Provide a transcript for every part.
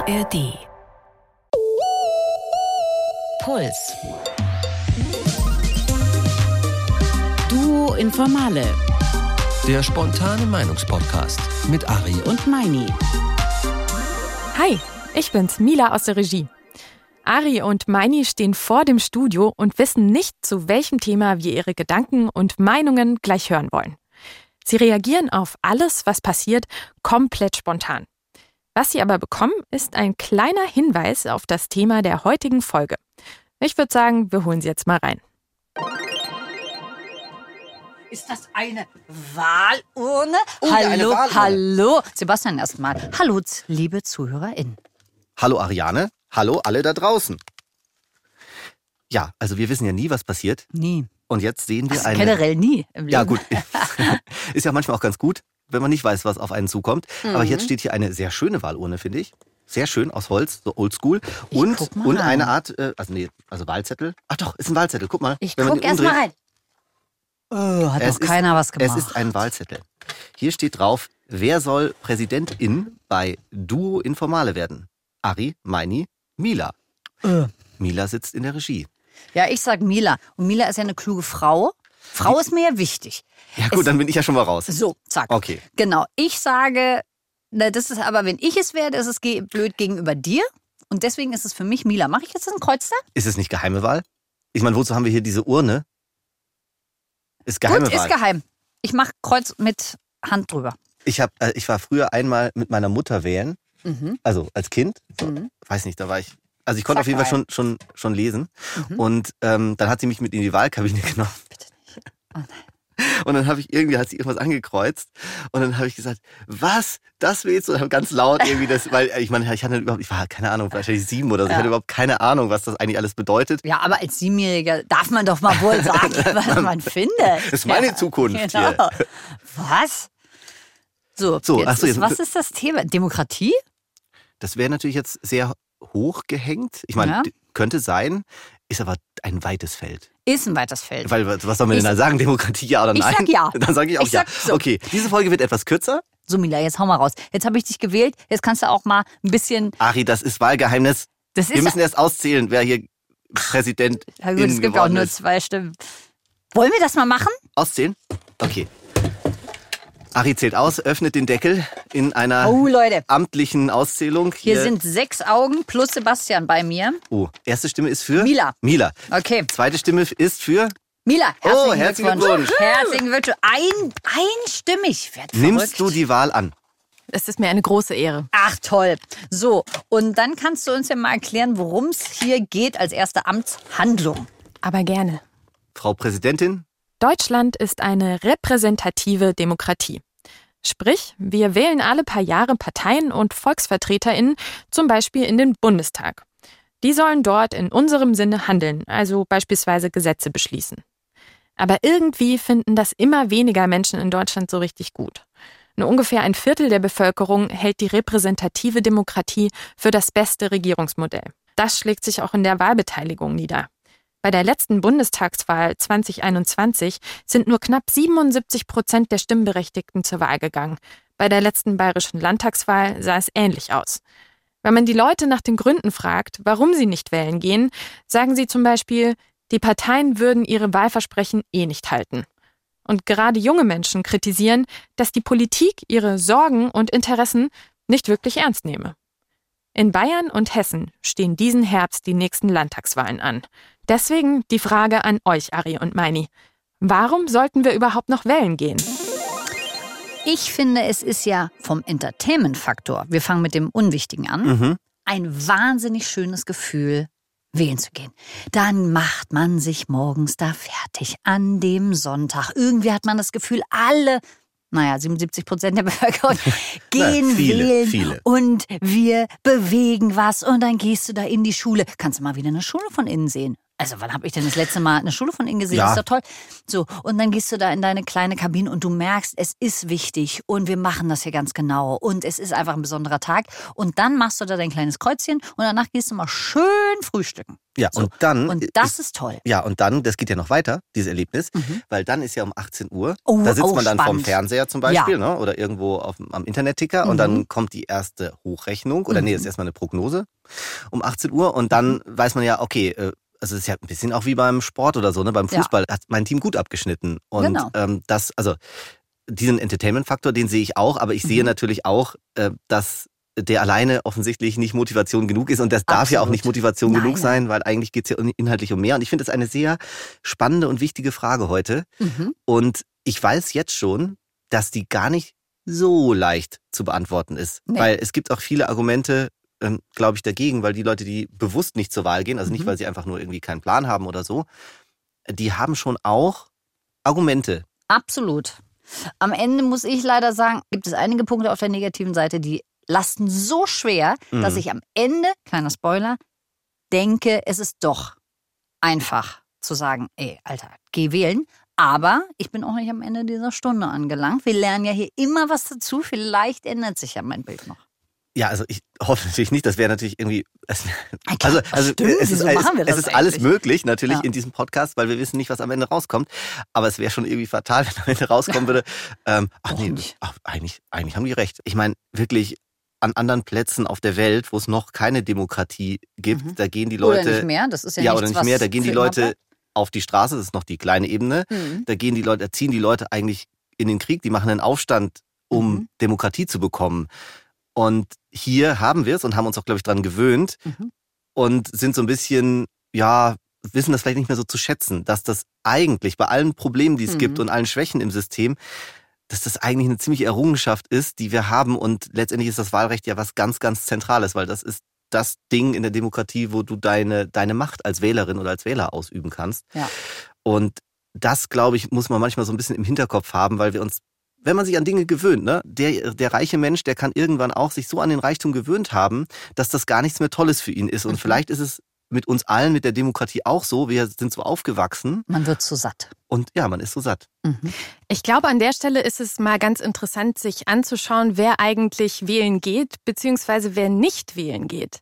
ARD. Puls. Duo Informale. Der spontane Meinungspodcast mit Ari Und Meini. Hi, ich bin's, Mila aus der Regie. Ari und Meini stehen vor dem Studio und wissen nicht, zu welchem Thema wir ihre Gedanken und Meinungen gleich hören wollen. Sie reagieren auf alles, was passiert, komplett spontan. Was sie aber bekommen, ist ein kleiner Hinweis auf das Thema der heutigen Folge. Ich würde sagen, wir holen sie jetzt mal rein. Ist das eine Wahlurne? Eine Wahlurne. Hallo. Sebastian erstmal. Hallo, liebe ZuhörerInnen. Hallo Ariane, hallo alle da draußen. Ja, also wir wissen ja nie, was passiert. Nie. Und jetzt sehen wir eine... Generell nie im Leben. Ja gut, ist ja manchmal auch ganz gut, wenn man nicht weiß, was auf einen zukommt. Aber jetzt steht hier eine sehr schöne Wahlurne, finde ich. Sehr schön, aus Holz, so oldschool. Und eine Art, also Wahlzettel. Ach doch, ist ein Wahlzettel, guck mal. Ich Wenn man guck den erst mal umdreht. rein. Hat noch keiner was gemacht. Es ist ein Wahlzettel. Hier steht drauf, wer soll Präsidentin bei Duo Informale werden? Ari, Meini, Mila. Mila sitzt in der Regie. Ja, ich sag Mila. Und Mila ist ja eine kluge Frau. Frau ist mir ja wichtig. Ja gut, dann bin ich ja schon mal raus. So, zack. Okay. Genau. Ich sage, das ist aber, wenn ich es werde, ist es blöd gegenüber dir. Und deswegen ist es für mich Mila. Mache ich jetzt ein Kreuz da? Ist es nicht geheime Wahl? Ich meine, wozu haben wir hier diese Urne? Ist geheime Gut, Wahl. ist geheim. Ich mache Kreuz mit Hand drüber. Ich war früher einmal mit meiner Mutter wählen. Also als Kind. So, weiß nicht, da war ich... Also ich konnte auf jeden Fall schon lesen. Und dann hat sie mich mit in die Wahlkabine genommen. Bitte nicht. Oh nein. Und dann hat sie irgendwas angekreuzt. Und dann habe ich gesagt, was? Das willst du? Und ganz laut irgendwie das, weil ich meine, ich war keine Ahnung, wahrscheinlich 7 oder so. Ich hatte überhaupt keine Ahnung, was das eigentlich alles bedeutet. Ja, aber als 7-Jähriger darf man doch mal wohl sagen, was man findet. Das ist meine Zukunft hier. Genau. Was? So, was ist das Thema? Demokratie? Das wäre natürlich jetzt sehr hochgehängt. Ich meine, könnte sein, ist aber ein weites Feld. Ist ein weites Feld. Weil, was soll man denn da sagen? Demokratie, ja oder nein? Ich sag ja. Dann sage ich auch ja. So. Okay, diese Folge wird etwas kürzer. So, Mila, jetzt hau mal raus. Jetzt habe ich dich gewählt. Jetzt kannst du auch mal ein bisschen... Ari, das ist Wahlgeheimnis. Wir müssen erst auszählen, wer hier Präsident ist. Ja gut, es gibt auch nur 2 Stimmen. Wollen wir das mal machen? Auszählen? Okay. Ari zählt aus, öffnet den Deckel in einer Leute. amtlichen Auszählung. Hier sind 6 Augen plus Sebastian bei mir. Oh, erste Stimme ist für? Mila. Okay. Zweite Stimme ist für? Mila, herzlichen Glückwunsch. Herzlichen Glückwunsch. Einstimmig. Nimmst du die Wahl an? Es ist mir eine große Ehre. Ach toll. So, und dann kannst du uns ja mal erklären, worum es hier geht als erste Amtshandlung. Aber gerne. Frau Präsidentin? Deutschland ist eine repräsentative Demokratie. Sprich, wir wählen alle paar Jahre Parteien und VolksvertreterInnen, zum Beispiel in den Bundestag. Die sollen dort in unserem Sinne handeln, also beispielsweise Gesetze beschließen. Aber irgendwie finden das immer weniger Menschen in Deutschland so richtig gut. Nur ungefähr 1/4 der Bevölkerung hält die repräsentative Demokratie für das beste Regierungsmodell. Das schlägt sich auch in der Wahlbeteiligung nieder. Bei der letzten Bundestagswahl 2021 sind nur knapp 77% der Stimmberechtigten zur Wahl gegangen. Bei der letzten bayerischen Landtagswahl sah es ähnlich aus. Wenn man die Leute nach den Gründen fragt, warum sie nicht wählen gehen, sagen sie zum Beispiel, die Parteien würden ihre Wahlversprechen nicht halten. Und gerade junge Menschen kritisieren, dass die Politik ihre Sorgen und Interessen nicht wirklich ernst nehme. In Bayern und Hessen stehen diesen Herbst die nächsten Landtagswahlen an. Deswegen die Frage an euch, Ari und Meini. Warum sollten wir überhaupt noch wählen gehen? Ich finde, es ist ja vom Entertainment-Faktor, wir fangen mit dem Unwichtigen an, ein wahnsinnig schönes Gefühl, wählen zu gehen. Dann macht man sich morgens da fertig an dem Sonntag. Irgendwie hat man das Gefühl, 77% der Bevölkerung gehen wählen. Viele. Und wir bewegen was und dann gehst du da in die Schule. Kannst du mal wieder eine Schule von innen sehen. Also wann habe ich denn das letzte Mal eine Schule von Ihnen gesehen? Ja. Das ist doch toll. So, und dann gehst du da in deine kleine Kabine und du merkst, es ist wichtig und wir machen das hier ganz genau und es ist einfach ein besonderer Tag. Und dann machst du da dein kleines Kreuzchen und danach gehst du mal schön frühstücken. Ja, So. und dann... Und das ist toll. Ja, und dann, das geht ja noch weiter, dieses Erlebnis, weil dann ist ja um 18 Uhr, Oh, da sitzt man dann vorm spannend. Fernseher zum Beispiel, ne, oder irgendwo am Internetticker und dann kommt die erste Hochrechnung, oder nee, ist erstmal eine Prognose um 18 Uhr und dann weiß man ja, okay, also es ist ja ein bisschen auch wie beim Sport oder so, ne, beim Fußball hat mein Team gut abgeschnitten und also diesen Entertainment-Faktor, den sehe ich auch, aber ich sehe natürlich auch, dass der alleine offensichtlich nicht Motivation genug ist und das darf ja auch nicht Motivation genug sein, weil eigentlich geht es ja inhaltlich um mehr. Und ich finde das eine sehr spannende und wichtige Frage heute. Und ich weiß jetzt schon, dass die gar nicht so leicht zu beantworten ist. Nee. Weil es gibt auch viele Argumente, glaube ich, dagegen, weil die Leute, die bewusst nicht zur Wahl gehen, also nicht, weil sie einfach nur irgendwie keinen Plan haben oder so, die haben schon auch Argumente. Absolut. Am Ende muss ich leider sagen, gibt es einige Punkte auf der negativen Seite, die lasten so schwer, dass ich am Ende, kleiner Spoiler, denke, es ist doch einfach zu sagen, ey, Alter, geh wählen. Aber ich bin auch nicht am Ende dieser Stunde angelangt. Wir lernen ja hier immer was dazu. Vielleicht ändert sich ja mein Bild noch. Ja, also ich hoffe natürlich nicht, das wäre natürlich irgendwie, Stimmt, es ist alles möglich natürlich Ja. in diesem Podcast, weil wir wissen nicht, was am Ende rauskommt, aber es wäre schon irgendwie fatal, wenn am Ende rauskommen würde, eigentlich haben die recht. Ich meine, wirklich an anderen Plätzen auf der Welt, wo es noch keine Demokratie gibt, da gehen die Leute... Oder nicht mehr, das ist ja nichts, oder nicht mehr, da gehen die Leute auf die Straße, das ist noch die kleine Ebene, da ziehen die Leute eigentlich in den Krieg, die machen einen Aufstand, um Demokratie zu bekommen. Und hier haben wir es und haben uns auch, glaube ich, dran gewöhnt und sind so ein bisschen, wissen das vielleicht nicht mehr so zu schätzen, dass das eigentlich bei allen Problemen, die es gibt und allen Schwächen im System, dass das eigentlich eine ziemliche Errungenschaft ist, die wir haben. Und letztendlich ist das Wahlrecht ja was ganz, ganz Zentrales, weil das ist das Ding in der Demokratie, wo du deine Macht als Wählerin oder als Wähler ausüben kannst. Ja. Und das, glaube ich, muss man manchmal so ein bisschen im Hinterkopf haben, weil wir uns, wenn man sich an Dinge gewöhnt, ne, der reiche Mensch, der kann irgendwann auch sich so an den Reichtum gewöhnt haben, dass das gar nichts mehr Tolles für ihn ist. Und vielleicht ist es mit uns allen, mit der Demokratie auch so. Wir sind so aufgewachsen. Man wird so satt. Und ja, man ist so satt. Ich glaube, an der Stelle ist es mal ganz interessant, sich anzuschauen, wer eigentlich wählen geht, beziehungsweise wer nicht wählen geht.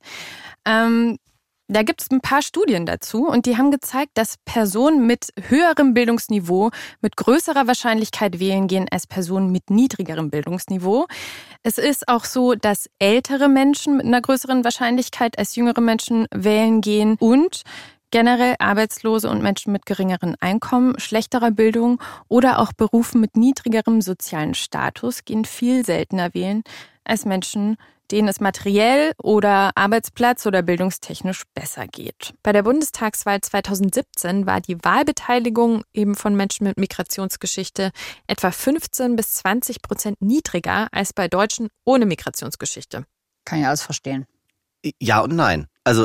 Da gibt es ein paar Studien dazu und die haben gezeigt, dass Personen mit höherem Bildungsniveau mit größerer Wahrscheinlichkeit wählen gehen als Personen mit niedrigerem Bildungsniveau. Es ist auch so, dass ältere Menschen mit einer größeren Wahrscheinlichkeit als jüngere Menschen wählen gehen und generell Arbeitslose und Menschen mit geringeren Einkommen, schlechterer Bildung oder auch Berufen mit niedrigerem sozialen Status gehen viel seltener wählen als Menschen, denen es materiell oder arbeitsplatz- oder bildungstechnisch besser geht. Bei der Bundestagswahl 2017 war die Wahlbeteiligung eben von Menschen mit Migrationsgeschichte etwa 15-20% niedriger als bei Deutschen ohne Migrationsgeschichte. Kann ich alles verstehen. Ja und nein. Also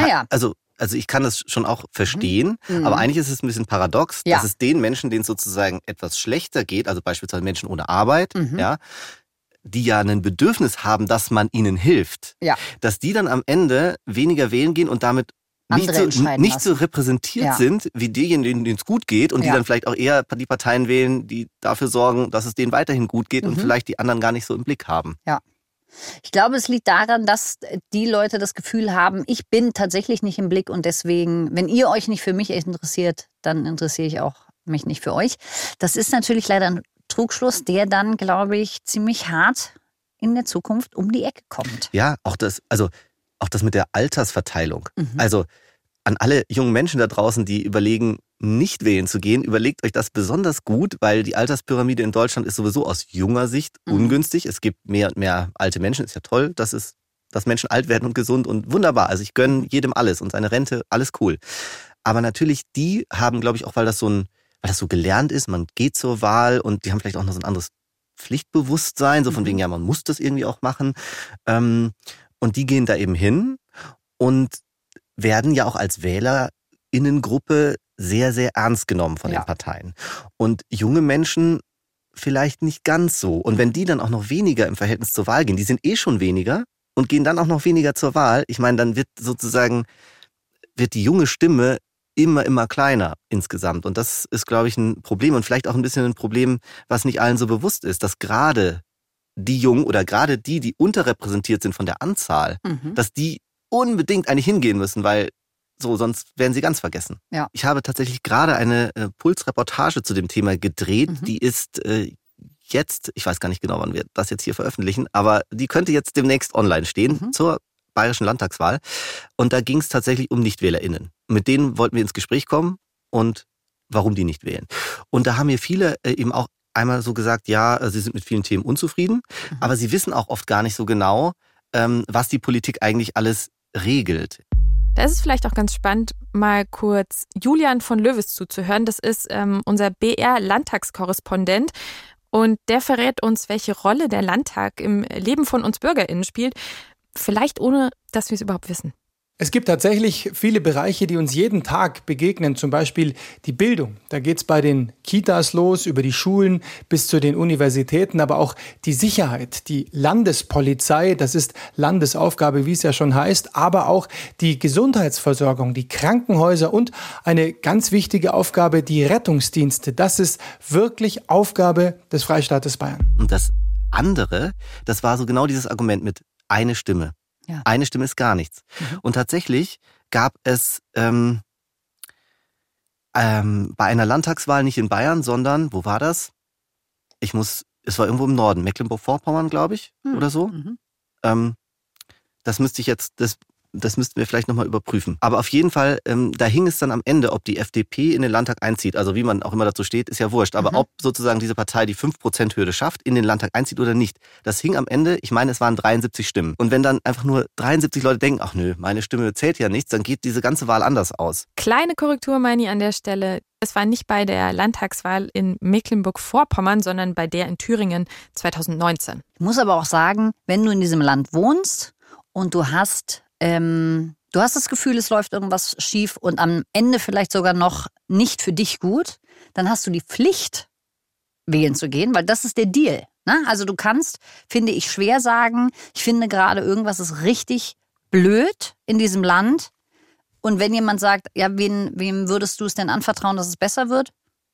ich kann das schon auch verstehen, aber eigentlich ist es ein bisschen paradox, dass es den Menschen, denen es sozusagen etwas schlechter geht, also beispielsweise Menschen ohne Arbeit, die ja ein Bedürfnis haben, dass man ihnen hilft, dass die dann am Ende weniger wählen gehen und damit nicht so repräsentiert sind, wie diejenigen, denen es gut geht und die dann vielleicht auch eher die Parteien wählen, die dafür sorgen, dass es denen weiterhin gut geht und vielleicht die anderen gar nicht so im Blick haben. Ja. Ich glaube, es liegt daran, dass die Leute das Gefühl haben, ich bin tatsächlich nicht im Blick und deswegen, wenn ihr euch nicht für mich interessiert, dann interessiere ich auch mich nicht für euch. Das ist natürlich leider ein Trugschluss, der dann, glaube ich, ziemlich hart in der Zukunft um die Ecke kommt. Ja, auch das mit der Altersverteilung. Also an alle jungen Menschen da draußen, die überlegen, nicht wählen zu gehen, überlegt euch das besonders gut, weil die Alterspyramide in Deutschland ist sowieso aus junger Sicht ungünstig. Es gibt mehr und mehr alte Menschen. Ist ja toll, dass Menschen alt werden und gesund und wunderbar. Also ich gönne jedem alles und seine Rente, alles cool. Aber natürlich, die haben, glaube ich, auch weil das so gelernt ist, man geht zur Wahl und die haben vielleicht auch noch so ein anderes Pflichtbewusstsein, so von wegen, ja, man muss das irgendwie auch machen. Und die gehen da eben hin und werden ja auch als WählerInnengruppe sehr, sehr ernst genommen von den Parteien. Und junge Menschen vielleicht nicht ganz so. Und wenn die dann auch noch weniger im Verhältnis zur Wahl gehen, die sind schon weniger und gehen dann auch noch weniger zur Wahl, ich meine, dann wird die junge Stimme immer kleiner insgesamt. Und das ist, glaube ich, ein Problem und vielleicht auch ein bisschen ein Problem, was nicht allen so bewusst ist, dass gerade die Jungen oder gerade die unterrepräsentiert sind von der Anzahl, dass die unbedingt eigentlich hingehen müssen, weil sonst werden sie ganz vergessen. Ja. Ich habe tatsächlich gerade eine Puls-Reportage zu dem Thema gedreht. Die ist jetzt, ich weiß gar nicht genau, wann wir das jetzt hier veröffentlichen, aber die könnte jetzt demnächst online stehen zur Bayerischen Landtagswahl. Und da ging es tatsächlich um NichtwählerInnen. Mit denen wollten wir ins Gespräch kommen und warum die nicht wählen. Und da haben mir viele eben auch einmal so gesagt, ja, sie sind mit vielen Themen unzufrieden, aber sie wissen auch oft gar nicht so genau, was die Politik eigentlich alles regelt. Da ist es vielleicht auch ganz spannend, mal kurz Julian von Löwes zuzuhören. Das ist unser BR-Landtagskorrespondent und der verrät uns, welche Rolle der Landtag im Leben von uns BürgerInnen spielt. Vielleicht ohne, dass wir es überhaupt wissen. Es gibt tatsächlich viele Bereiche, die uns jeden Tag begegnen, zum Beispiel die Bildung. Da geht es bei den Kitas los, über die Schulen bis zu den Universitäten, aber auch die Sicherheit, die Landespolizei, das ist Landesaufgabe, wie es ja schon heißt, aber auch die Gesundheitsversorgung, die Krankenhäuser und eine ganz wichtige Aufgabe, die Rettungsdienste. Das ist wirklich Aufgabe des Freistaates Bayern. Und das andere, das war so genau dieses Argument mit eine Stimme. Ja. Eine Stimme ist gar nichts. Und tatsächlich gab es bei einer Landtagswahl nicht in Bayern, sondern, wo war das? Es war irgendwo im Norden, Mecklenburg-Vorpommern, glaube ich, oder so. Das müssten wir vielleicht nochmal überprüfen. Aber auf jeden Fall, da hing es dann am Ende, ob die FDP in den Landtag einzieht. Also wie man auch immer dazu steht, ist ja wurscht. Aber ob sozusagen diese Partei die 5%-Hürde schafft, in den Landtag einzieht oder nicht, das hing am Ende, ich meine, es waren 73 Stimmen. Und wenn dann einfach nur 73 Leute denken, ach nö, meine Stimme zählt ja nichts, dann geht diese ganze Wahl anders aus. Kleine Korrektur, Meini, an der Stelle. Es war nicht bei der Landtagswahl in Mecklenburg-Vorpommern, sondern bei der in Thüringen 2019. Ich muss aber auch sagen, wenn du in diesem Land wohnst und du hast das Gefühl, es läuft irgendwas schief und am Ende vielleicht sogar noch nicht für dich gut, dann hast du die Pflicht, wählen zu gehen, weil das ist der Deal. Ne? Also du kannst, finde ich, schwer sagen, ich finde gerade irgendwas ist richtig blöd in diesem Land. Und wenn jemand sagt, ja, wem würdest du es denn anvertrauen, dass es besser wird?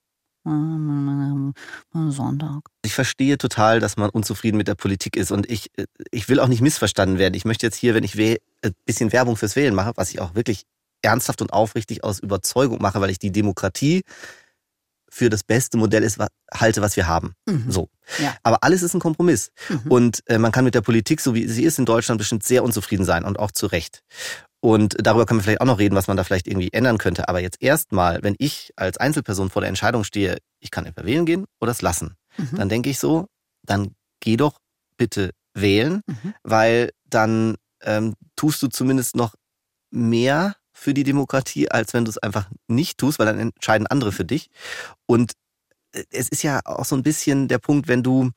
Sonntag. Ich verstehe total, dass man unzufrieden mit der Politik ist und ich will auch nicht missverstanden werden. Ich möchte jetzt hier, wenn ich ein bisschen Werbung fürs Wählen mache, was ich auch wirklich ernsthaft und aufrichtig aus Überzeugung mache, weil ich die Demokratie für das beste Modell halte, was wir haben. So. Ja. Aber alles ist ein Kompromiss. Und man kann mit der Politik, so wie sie ist in Deutschland, bestimmt sehr unzufrieden sein und auch zu Recht. Und darüber können wir vielleicht auch noch reden, was man da vielleicht irgendwie ändern könnte. Aber jetzt erstmal, wenn ich als Einzelperson vor der Entscheidung stehe, ich kann entweder wählen gehen oder es lassen, dann denke ich so, dann geh doch bitte wählen, weil dann tust du zumindest noch mehr für die Demokratie, als wenn du es einfach nicht tust, weil dann entscheiden andere für dich. Und es ist ja auch so ein bisschen der Punkt,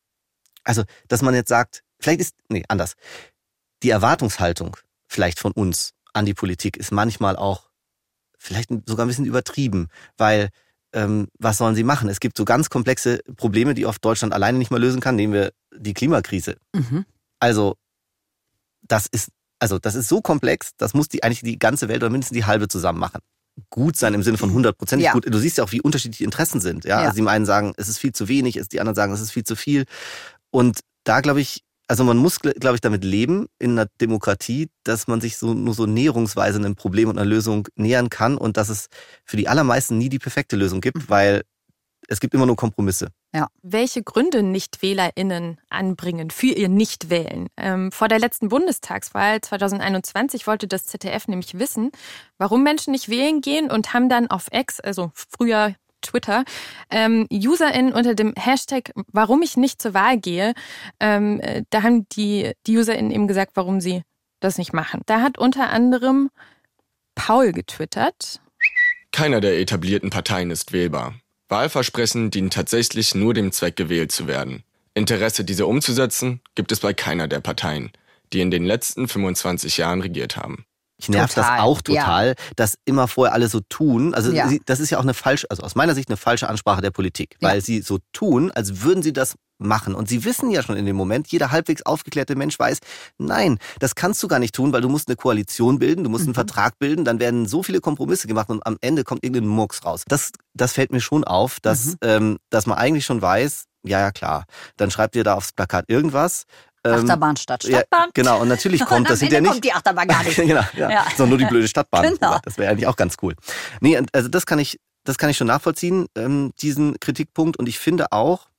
dass man jetzt sagt, anders. Die Erwartungshaltung vielleicht von uns an die Politik ist manchmal auch vielleicht sogar ein bisschen übertrieben, weil was sollen sie machen? Es gibt so ganz komplexe Probleme, die oft Deutschland alleine nicht mal lösen kann. Nehmen wir die Klimakrise. Also das ist so komplex, das muss eigentlich die ganze Welt oder mindestens die halbe zusammen machen. Gut sein im Sinne von 100% ja. Gut. Du siehst ja auch, wie unterschiedlich die Interessen sind. Ja? Also die einen sagen, es ist viel zu wenig, die anderen sagen, es ist viel zu viel. Und da glaube ich, also man muss, glaube ich, damit leben in einer Demokratie, dass man sich nur so näherungsweise einem Problem und einer Lösung nähern kann und dass es für die allermeisten nie die perfekte Lösung gibt, weil es gibt immer nur Kompromisse. Ja. Welche Gründe NichtwählerInnen anbringen für ihr Nichtwählen? Vor der letzten Bundestagswahl 2021 wollte das ZDF nämlich wissen, warum Menschen nicht wählen gehen und haben dann auf X, also früher Twitter, UserInnen unter dem Hashtag warum ich nicht zur Wahl gehe, da haben die UserInnen eben gesagt, warum sie das nicht machen. Da hat unter anderem Paul getwittert. Keiner der etablierten Parteien ist wählbar. Wahlversprechen dienen tatsächlich nur dem Zweck, gewählt zu werden. Interesse, diese umzusetzen, gibt es bei keiner der Parteien, die in den letzten 25 Jahren regiert haben. Ich nerv das auch total, dass immer vorher alle so tun. Also das ist ja auch also aus meiner Sicht eine falsche Ansprache der Politik, weil sie so tun, als würden sie das machen. Und sie wissen ja schon in dem Moment, jeder halbwegs aufgeklärte Mensch weiß, nein, das kannst du gar nicht tun, weil du musst eine Koalition bilden, du musst einen Vertrag bilden, dann werden so viele Kompromisse gemacht und am Ende kommt irgendein Murks raus. Das fällt mir schon auf, dass man eigentlich schon weiß, ja klar, dann schreibt ihr da aufs Plakat irgendwas. Achterbahn statt Stadtbahn. Ja, genau, und natürlich kommt das hinterher nicht. Kommt die Achterbahn gar nicht. Genau, so nur die blöde Stadtbahn. Genau. Das wäre eigentlich auch ganz cool. Nee, also das kann ich schon nachvollziehen, diesen Kritikpunkt. Und ich finde auch,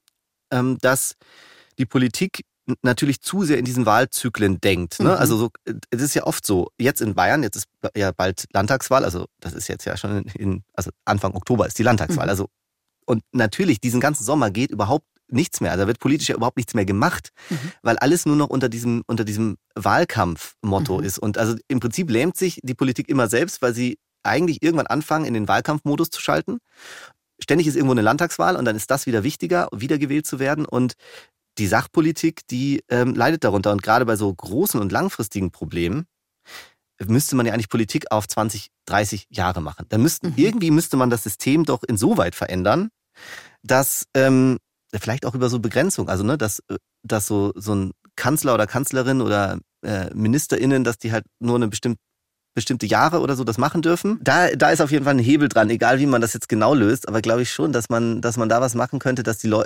dass die Politik natürlich zu sehr in diesen Wahlzyklen denkt. Ne? Also es ist ja oft so, jetzt in Bayern, jetzt ist ja bald Landtagswahl, also das ist jetzt ja schon also Anfang Oktober ist die Landtagswahl. Also und natürlich, diesen ganzen Sommer geht überhaupt nichts mehr. Also da wird politisch ja überhaupt nichts mehr gemacht, weil alles nur noch unter diesem Wahlkampfmotto ist. Und also im Prinzip lähmt sich die Politik immer selbst, weil sie eigentlich irgendwann anfangen, in den Wahlkampfmodus zu schalten. Ständig ist irgendwo eine Landtagswahl und dann ist das wieder wichtiger, wiedergewählt zu werden. Und die Sachpolitik, die leidet darunter. Und gerade bei so großen und langfristigen Problemen müsste man ja eigentlich Politik auf 20, 30 Jahre machen. Dann irgendwie müsste man das System doch insoweit verändern, dass vielleicht auch über so Begrenzung, also ne, dass so ein Kanzler oder Kanzlerin oder MinisterInnen, dass die halt nur eine bestimmte Jahre oder so das machen dürfen. Da ist auf jeden Fall ein Hebel dran, egal wie man das jetzt genau löst, aber glaube ich schon, dass man da was machen könnte, dass die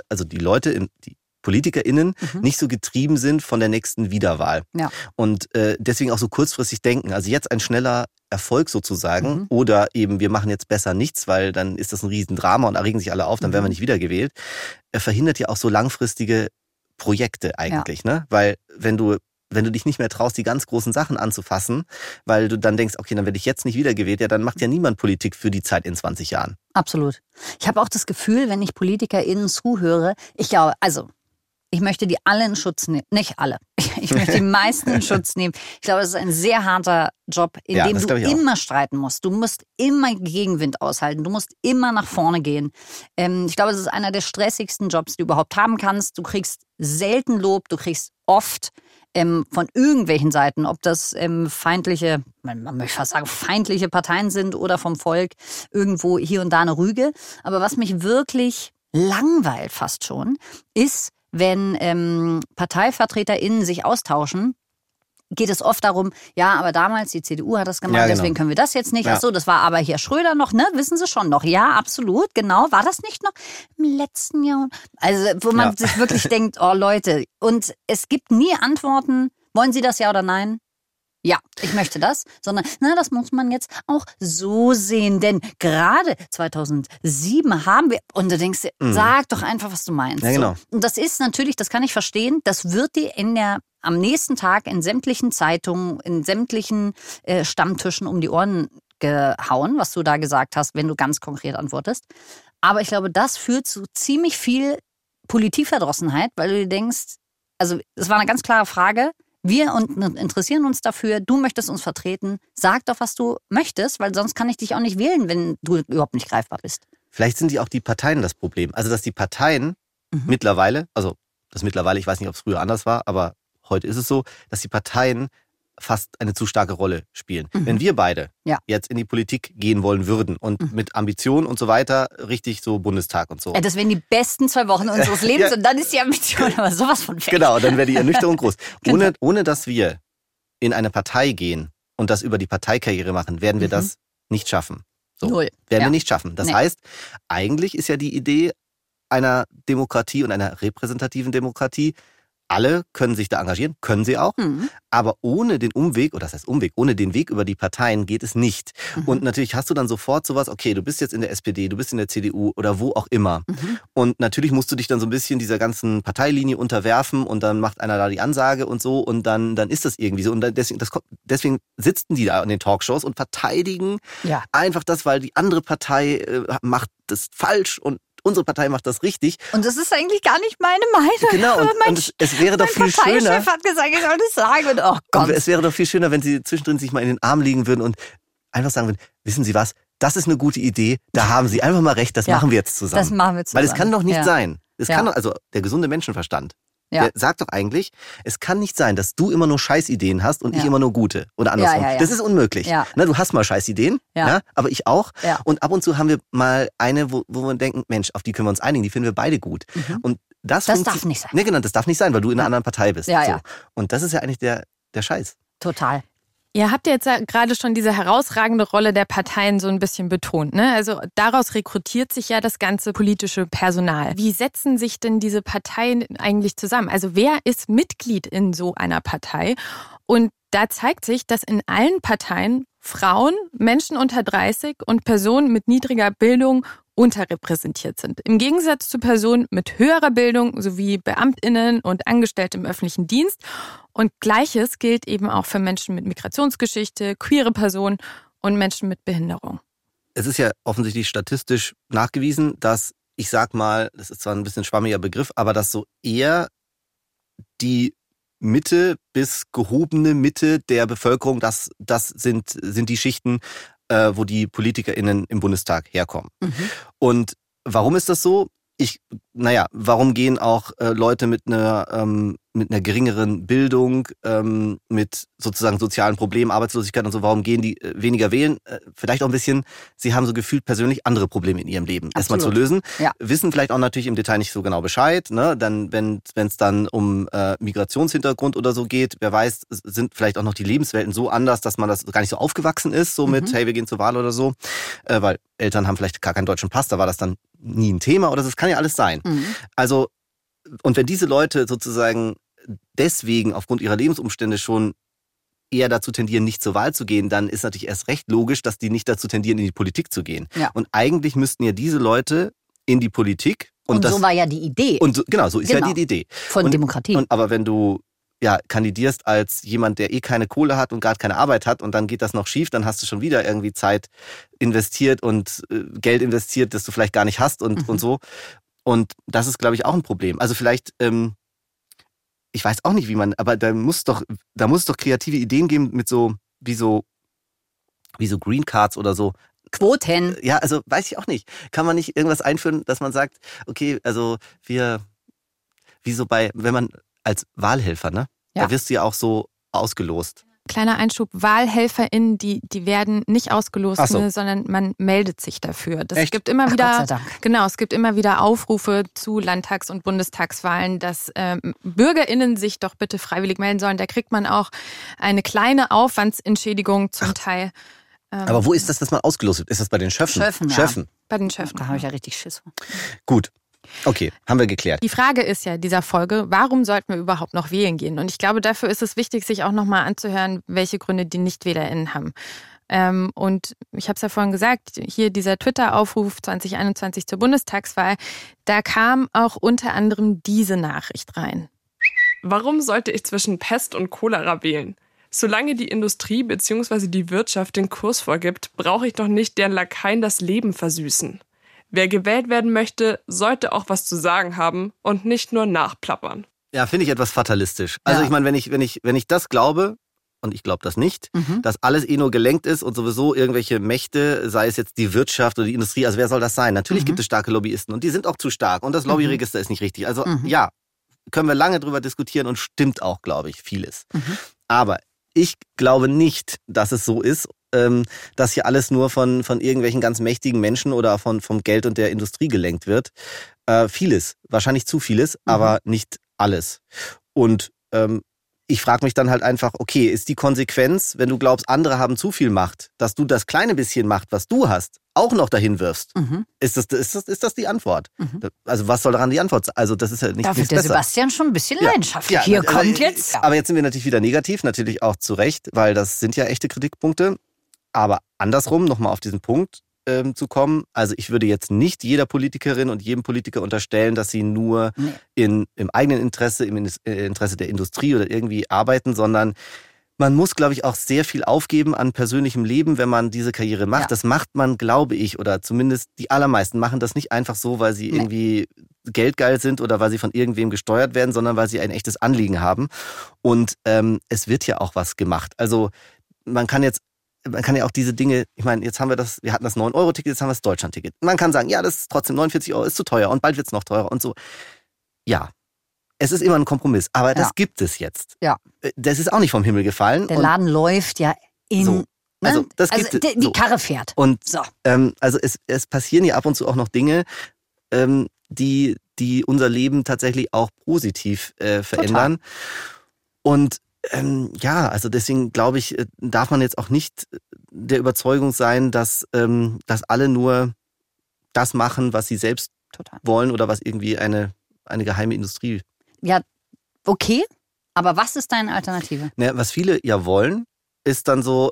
PolitikerInnen nicht so getrieben sind von der nächsten Wiederwahl. Ja. Und deswegen auch so kurzfristig denken. Also jetzt ein schneller Erfolg sozusagen oder eben wir machen jetzt besser nichts, weil dann ist das ein Riesendrama und da regen sich alle auf, dann werden wir nicht wiedergewählt. Verhindert ja auch so langfristige Projekte eigentlich, ne? Weil wenn du dich nicht mehr traust, die ganz großen Sachen anzufassen, weil du dann denkst, okay, dann werde ich jetzt nicht wiedergewählt, ja, dann macht ja niemand Politik für die Zeit in 20 Jahren. Absolut. Ich habe auch das Gefühl, wenn ich PolitikerInnen zuhöre, ich möchte die alle in Schutz nehmen. Nicht alle. Ich möchte die meisten in Schutz nehmen. Ich glaube, es ist ein sehr harter Job, in dem du immer streiten musst. Du musst immer Gegenwind aushalten. Du musst immer nach vorne gehen. Ich glaube, es ist einer der stressigsten Jobs, die du überhaupt haben kannst. Du kriegst selten Lob. Du kriegst oft von irgendwelchen Seiten, ob das feindliche Parteien sind oder vom Volk, irgendwo hier und da eine Rüge. Aber was mich wirklich langweilt fast schon, ist, wenn ParteivertreterInnen sich austauschen, geht es oft darum, ja, aber damals die CDU hat das gemacht, deswegen können wir das jetzt nicht. Ach so, das war aber hier Schröder noch, ne? Wissen Sie schon noch? Ja, absolut, genau. War das nicht noch im letzten Jahr? Also, wo man sich wirklich denkt, oh Leute, und es gibt nie Antworten, wollen Sie das ja oder nein? Ja, ich möchte das, sondern das muss man jetzt auch so sehen, denn gerade 2007 haben wir, und du denkst, sag doch einfach, was du meinst. Ja, genau. So. Und das ist natürlich, das kann ich verstehen, das wird dir am nächsten Tag in sämtlichen Zeitungen, in sämtlichen Stammtischen um die Ohren gehauen, was du da gesagt hast, wenn du ganz konkret antwortest. Aber ich glaube, das führt zu ziemlich viel Politikverdrossenheit, weil du dir denkst, also es war eine ganz klare Frage, wir interessieren uns dafür, du möchtest uns vertreten, sag doch, was du möchtest, weil sonst kann ich dich auch nicht wählen, wenn du überhaupt nicht greifbar bist. Vielleicht sind auch die Parteien das Problem. Also, dass die Parteien mittlerweile, ich weiß nicht, ob es früher anders war, aber heute ist es so, dass die Parteien fast eine zu starke Rolle spielen. Wenn wir beide jetzt in die Politik gehen wollen würden und mit Ambition und so weiter, richtig so Bundestag und so. Das wären die besten 2 Wochen unseres Lebens und dann ist die Ambition aber sowas von weg. Genau, dann wäre die Ernüchterung groß. Ohne dass wir in eine Partei gehen und das über die Parteikarriere machen, werden wir das nicht schaffen. So, Null. Werden wir nicht schaffen. Das heißt, eigentlich ist ja die Idee einer Demokratie und einer repräsentativen Demokratie, alle können sich da engagieren, können sie auch, aber ohne den Umweg, oder das heißt Umweg, ohne den Weg über die Parteien geht es nicht. Und natürlich hast du dann sofort sowas, okay, du bist jetzt in der SPD, du bist in der CDU oder wo auch immer. Und natürlich musst du dich dann so ein bisschen dieser ganzen Parteilinie unterwerfen und dann macht einer da die Ansage und so und dann ist das irgendwie so. Und deswegen sitzen die da in den Talkshows und verteidigen einfach das, weil die andere Partei macht das falsch und unsere Partei macht das richtig. Und das ist eigentlich gar nicht meine Meinung. Genau, und es wäre doch viel schöner. Mein Parteichef hat gesagt, ich soll das sagen. Und oh Gott. Und es wäre doch viel schöner, wenn sie zwischendrin sich mal in den Arm legen würden und einfach sagen würden, wissen Sie was, das ist eine gute Idee, da haben Sie einfach mal recht, das machen wir jetzt zusammen. Das machen wir zusammen. Weil es kann doch nicht sein. Es kann doch, also der gesunde Menschenverstand Ja. Der sagt doch eigentlich, es kann nicht sein, dass du immer nur Scheißideen hast und ich immer nur gute. Oder andersrum. Ja. Das ist unmöglich. Ja. Ne, du hast mal Scheißideen, aber ich auch. Ja. Und ab und zu haben wir mal eine, wo wir denken, Mensch, auf die können wir uns einigen, die finden wir beide gut. Und das darf nicht sein. Nee, genau, das darf nicht sein, weil du in einer anderen Partei bist. Ja, so. ja. Und das ist ja eigentlich der Scheiß. Total. Ihr habt jetzt ja gerade schon diese herausragende Rolle der Parteien so ein bisschen betont, ne? Also daraus rekrutiert sich ja das ganze politische Personal. Wie setzen sich denn diese Parteien eigentlich zusammen? Also wer ist Mitglied in so einer Partei? Und da zeigt sich, dass in allen Parteien Frauen, Menschen unter 30 und Personen mit niedriger Bildung unterrepräsentiert sind. Im Gegensatz zu Personen mit höherer Bildung sowie BeamtInnen und Angestellte im öffentlichen Dienst. Und Gleiches gilt eben auch für Menschen mit Migrationsgeschichte, queere Personen und Menschen mit Behinderung. Es ist ja offensichtlich statistisch nachgewiesen, dass, ich sag mal, das ist zwar ein bisschen schwammiger Begriff, aber dass so eher die Mitte bis gehobene Mitte der Bevölkerung, das sind die Schichten, wo die PolitikerInnen im Bundestag herkommen. Und warum ist das so? Warum gehen auch Leute mit einer geringeren Bildung, mit sozusagen sozialen Problemen, Arbeitslosigkeit und so, warum gehen die weniger wählen? Vielleicht auch ein bisschen, sie haben so gefühlt persönlich andere Probleme in ihrem Leben erstmal zu lösen. Ja. Wissen vielleicht auch natürlich im Detail nicht so genau Bescheid. Ne? Dann, wenn es dann um Migrationshintergrund oder so geht, wer weiß, sind vielleicht auch noch die Lebenswelten so anders, dass man das gar nicht so aufgewachsen ist, so mit, hey, wir gehen zur Wahl oder so. Weil Eltern haben vielleicht gar keinen deutschen Pass, da war das dann nie ein Thema oder so. Das kann ja alles sein. Also, und wenn diese Leute sozusagen deswegen aufgrund ihrer Lebensumstände schon eher dazu tendieren, nicht zur Wahl zu gehen, dann ist natürlich erst recht logisch, dass die nicht dazu tendieren, in die Politik zu gehen. Ja. Und eigentlich müssten ja diese Leute in die Politik. Und so war ja die Idee. Und so ist ja die Idee. Von Demokratie. Aber wenn du kandidierst als jemand, der keine Kohle hat und gerade keine Arbeit hat und dann geht das noch schief, dann hast du schon wieder irgendwie Zeit investiert und Geld investiert, das du vielleicht gar nicht hast und so. Und das ist, glaube ich, auch ein Problem. Also vielleicht, ich weiß auch nicht, wie man, aber da muss es doch kreative Ideen geben mit wie so Green Cards oder so. Quoten. Ja, also weiß ich auch nicht. Kann man nicht irgendwas einführen, dass man sagt, okay, also wenn man als Wahlhelfer, ne? Ja. Da wirst du ja auch so ausgelost. Kleiner Einschub, WahlhelferInnen, die werden nicht ausgelost, so. Sondern man meldet sich dafür. Echt? Gibt immer wieder, Gott sei Dank. Genau, es gibt immer wieder Aufrufe zu Landtags- und Bundestagswahlen, dass BürgerInnen sich doch bitte freiwillig melden sollen. Da kriegt man auch eine kleine Aufwandsentschädigung zum Teil. Aber wo ist das, dass man ausgelost wird? Ist das bei den Schöffen? Schöffen. Bei den Schöffen. Da habe ich ja richtig Schiss vor. Gut. Okay, haben wir geklärt. Die Frage ist ja dieser Folge, warum sollten wir überhaupt noch wählen gehen? Und ich glaube, dafür ist es wichtig, sich auch nochmal anzuhören, welche Gründe die NichtwählerInnen haben. Und ich habe es ja vorhin gesagt, hier dieser Twitter-Aufruf 2021 zur Bundestagswahl, da kam auch unter anderem diese Nachricht rein. Warum sollte ich zwischen Pest und Cholera wählen? Solange die Industrie bzw. die Wirtschaft den Kurs vorgibt, brauche ich doch nicht deren Lakaien das Leben versüßen. Wer gewählt werden möchte, sollte auch was zu sagen haben und nicht nur nachplappern. Ja, finde ich etwas fatalistisch. Also ich meine, wenn ich das glaube, und ich glaube das nicht, dass alles nur gelenkt ist und sowieso irgendwelche Mächte, sei es jetzt die Wirtschaft oder die Industrie, also wer soll das sein? Natürlich gibt es starke Lobbyisten und die sind auch zu stark und das Lobbyregister ist nicht richtig. Also ja, können wir lange drüber diskutieren und stimmt auch, glaube ich, vieles. Aber ich glaube nicht, dass es so ist, dass hier alles nur von irgendwelchen ganz mächtigen Menschen oder vom Geld und der Industrie gelenkt wird. Vieles, wahrscheinlich zu vieles, aber nicht alles. Und ich frage mich dann halt einfach, okay, ist die Konsequenz, wenn du glaubst, andere haben zu viel Macht, dass du das kleine bisschen Macht, was du hast, auch noch dahin wirfst? Ist das die Antwort? Also was soll daran die Antwort sein? Also das ist ja nicht da wird der besser. Sebastian schon ein bisschen leidenschaftlich. Hier kommt jetzt. Aber jetzt sind wir natürlich wieder negativ, natürlich auch zu Recht, weil das sind ja echte Kritikpunkte. Aber andersrum, nochmal auf diesen Punkt zu kommen, also ich würde jetzt nicht jeder Politikerin und jedem Politiker unterstellen, dass sie nur im eigenen Interesse, im Interesse der Industrie oder irgendwie arbeiten, sondern man muss, glaube ich, auch sehr viel aufgeben an persönlichem Leben, wenn man diese Karriere macht. Ja. Das macht man, glaube ich, oder zumindest die allermeisten machen das nicht einfach so, weil sie irgendwie geldgeil sind oder weil sie von irgendwem gesteuert werden, sondern weil sie ein echtes Anliegen haben. Und es wird ja auch was gemacht. Also man kann ja auch diese Dinge, ich meine, wir hatten das 9-Euro-Ticket, jetzt haben wir das Deutschland-Ticket. Man kann sagen, ja, das ist trotzdem 49 Euro, ist zu teuer und bald wird es noch teurer und so. Ja, Es ist immer ein Kompromiss, aber das gibt es jetzt. Ja. Das ist auch nicht vom Himmel gefallen. Der Laden läuft ja in... So. Also, die Karre fährt. Und also es passieren ja ab und zu auch noch Dinge, die unser Leben tatsächlich auch positiv verändern. Total. Und also deswegen glaube ich, darf man jetzt auch nicht der Überzeugung sein, dass alle nur das machen, was sie selbst wollen oder was irgendwie eine geheime Industrie. Ja, okay. Aber was ist deine Alternative? Naja, was viele ja wollen, ist dann so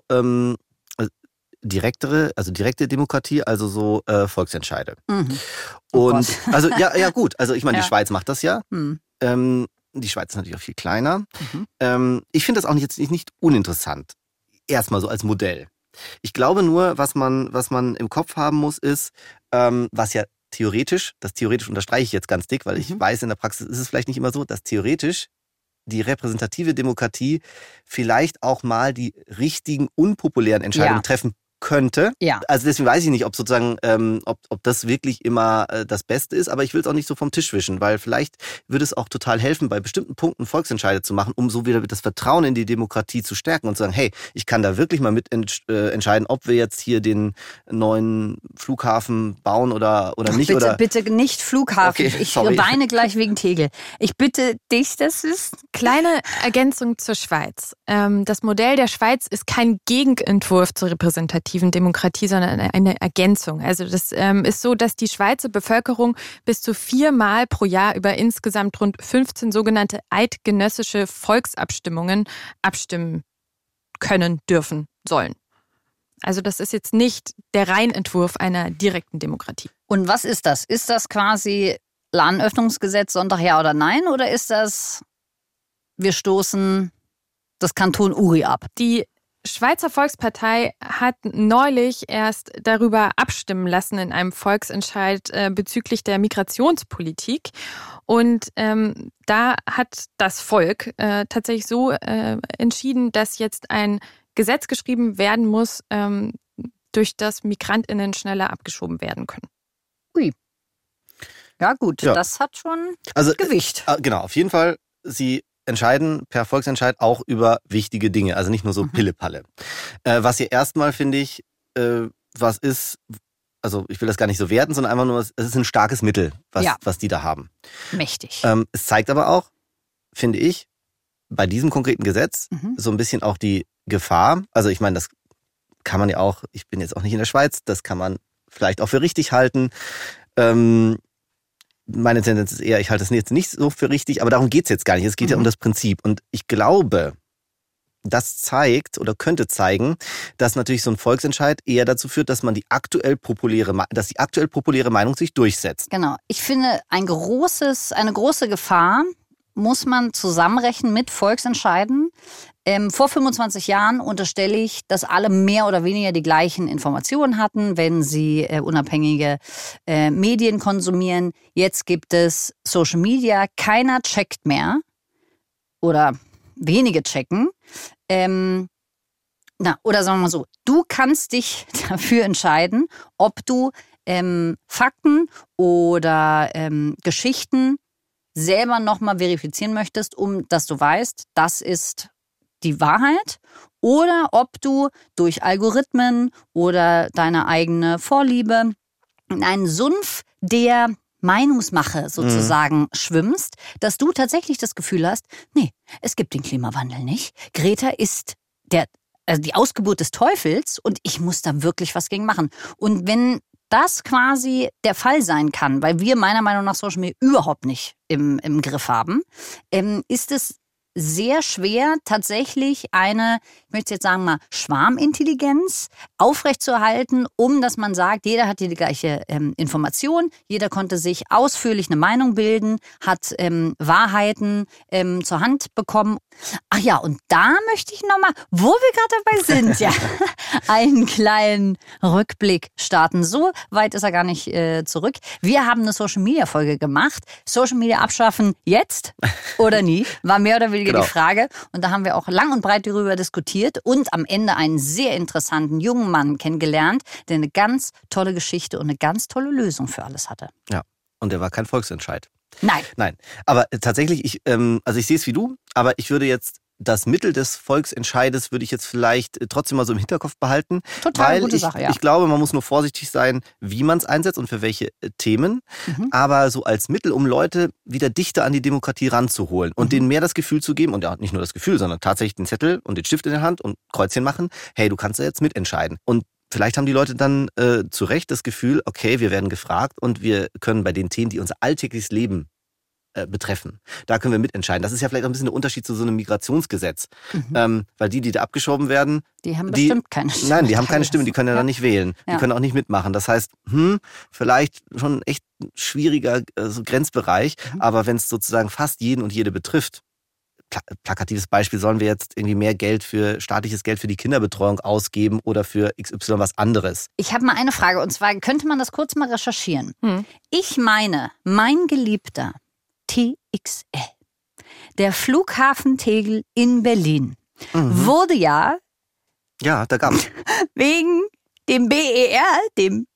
direkte Demokratie, also so Volksentscheide. Mhm. Und also ja gut, also ich meine, die Schweiz macht das ja. Die Schweiz ist natürlich auch viel kleiner. Ich finde das auch jetzt nicht uninteressant. Erstmal so als Modell. Ich glaube nur, was man im Kopf haben muss, ist, was ja theoretisch unterstreiche ich jetzt ganz dick, weil ich weiß, in der Praxis ist es vielleicht nicht immer so, dass theoretisch die repräsentative Demokratie vielleicht auch mal die richtigen, unpopulären Entscheidungen treffen könnte. Ja. Also deswegen weiß ich nicht, ob sozusagen, ob das wirklich immer das Beste ist, aber ich will es auch nicht so vom Tisch wischen, weil vielleicht würde es auch total helfen, bei bestimmten Punkten Volksentscheide zu machen, um so wieder das Vertrauen in die Demokratie zu stärken und zu sagen, hey, ich kann da wirklich mal mit entscheiden, ob wir jetzt hier den neuen Flughafen bauen oder nicht. Bitte nicht Flughafen. Okay, ich weine gleich wegen Tegel. Ich bitte dich, das ist... Kleine Ergänzung zur Schweiz. Das Modell der Schweiz ist kein Gegenentwurf zur repräsentativen Demokratie, sondern eine Ergänzung. Also das ist so, dass die Schweizer Bevölkerung bis zu 4-mal pro Jahr über insgesamt rund 15 sogenannte eidgenössische Volksabstimmungen abstimmen können, dürfen, sollen. Also das ist jetzt nicht der Reinentwurf einer direkten Demokratie. Und was ist das? Ist das quasi Ladenöffnungsgesetz Sonntag ja oder nein? Oder ist das, wir stoßen das Kanton Uri ab? Die Schweizer Volkspartei hat neulich erst darüber abstimmen lassen in einem Volksentscheid bezüglich der Migrationspolitik. Und da hat das Volk tatsächlich so entschieden, dass jetzt ein Gesetz geschrieben werden muss, durch das MigrantInnen schneller abgeschoben werden können. Ui. Ja gut, das hat schon Gewicht. Genau, auf jeden Fall, sie entscheiden per Volksentscheid auch über wichtige Dinge, also nicht nur so Pille-Palle. Was hier erstmal, finde ich, was ist, also ich will das gar nicht so werten, sondern einfach nur, es ist ein starkes Mittel, was die da haben. Mächtig. Es zeigt aber auch, finde ich, bei diesem konkreten Gesetz so ein bisschen auch die Gefahr, also ich meine, das kann man ja auch, ich bin jetzt auch nicht in der Schweiz, das kann man vielleicht auch für richtig halten. Meine Tendenz ist eher, ich halte es jetzt nicht so für richtig, aber darum geht es jetzt gar nicht. Es geht ja um das Prinzip. Und ich glaube, das zeigt oder könnte zeigen, dass natürlich so ein Volksentscheid eher dazu führt, dass die aktuell populäre Meinung sich durchsetzt. Genau. Ich finde, eine große Gefahr muss man zusammenrechnen mit Volksentscheiden. Vor 25 Jahren unterstelle ich, dass alle mehr oder weniger die gleichen Informationen hatten, wenn sie unabhängige Medien konsumieren. Jetzt gibt es Social Media. Keiner checkt mehr oder wenige checken. Oder sagen wir mal so, du kannst dich dafür entscheiden, ob du Fakten oder Geschichten selber nochmal verifizieren möchtest, dass du weißt, das ist die Wahrheit, oder ob du durch Algorithmen oder deine eigene Vorliebe in einen Sumpf der Meinungsmache sozusagen schwimmst, dass du tatsächlich das Gefühl hast, nee, es gibt den Klimawandel nicht. Greta ist die Ausgeburt des Teufels und ich muss da wirklich was gegen machen. Und wenn das quasi der Fall sein kann, weil wir meiner Meinung nach Social Media überhaupt nicht im Griff haben, ist es sehr schwer, tatsächlich eine, ich möchte jetzt sagen mal, Schwarmintelligenz aufrechtzuerhalten, dass man sagt, jeder hat die gleiche Information, jeder konnte sich ausführlich eine Meinung bilden, hat Wahrheiten zur Hand bekommen. Ach ja, und da möchte ich nochmal, wo wir gerade dabei sind, ja, einen kleinen Rückblick starten. So weit ist er gar nicht zurück. Wir haben eine Social-Media-Folge gemacht. Social Media abschaffen jetzt oder nie, war mehr oder weniger die Frage. Und da haben wir auch lang und breit darüber diskutiert und am Ende einen sehr interessanten jungen Mann kennengelernt, der eine ganz tolle Geschichte und eine ganz tolle Lösung für alles hatte. Ja, und der war kein Volksentscheid. Nein. Aber tatsächlich, ich sehe es wie du, aber ich würde jetzt das Mittel des Volksentscheides würde ich jetzt vielleicht trotzdem mal so im Hinterkopf behalten. Total gute Sache, ja. Ich glaube, man muss nur vorsichtig sein, wie man es einsetzt und für welche Themen. Aber so als Mittel, um Leute wieder dichter an die Demokratie ranzuholen und denen mehr das Gefühl zu geben, und ja, nicht nur das Gefühl, sondern tatsächlich den Zettel und den Stift in der Hand und Kreuzchen machen, hey, du kannst ja jetzt mitentscheiden. Und vielleicht haben die Leute dann zu Recht das Gefühl, okay, wir werden gefragt und wir können bei den Themen, die unser alltägliches Leben betreffen. Da können wir mitentscheiden. Das ist ja vielleicht auch ein bisschen der Unterschied zu so einem Migrationsgesetz. Weil die da abgeschoben werden... Die haben bestimmt keine Stimme. Nein, die haben keine Stimme, die können ja dann nicht wählen. Die können auch nicht mitmachen. Das heißt, vielleicht schon echt ein schwieriger Grenzbereich, aber wenn es sozusagen fast jeden und jede betrifft, plakatives Beispiel, sollen wir jetzt irgendwie mehr staatliches Geld für die Kinderbetreuung ausgeben oder für XY was anderes? Ich habe mal eine Frage, und zwar könnte man das kurz mal recherchieren. Ich meine, mein Geliebter TXL, der Flughafen Tegel in Berlin, wurde ja da gab's wegen dem BER, dem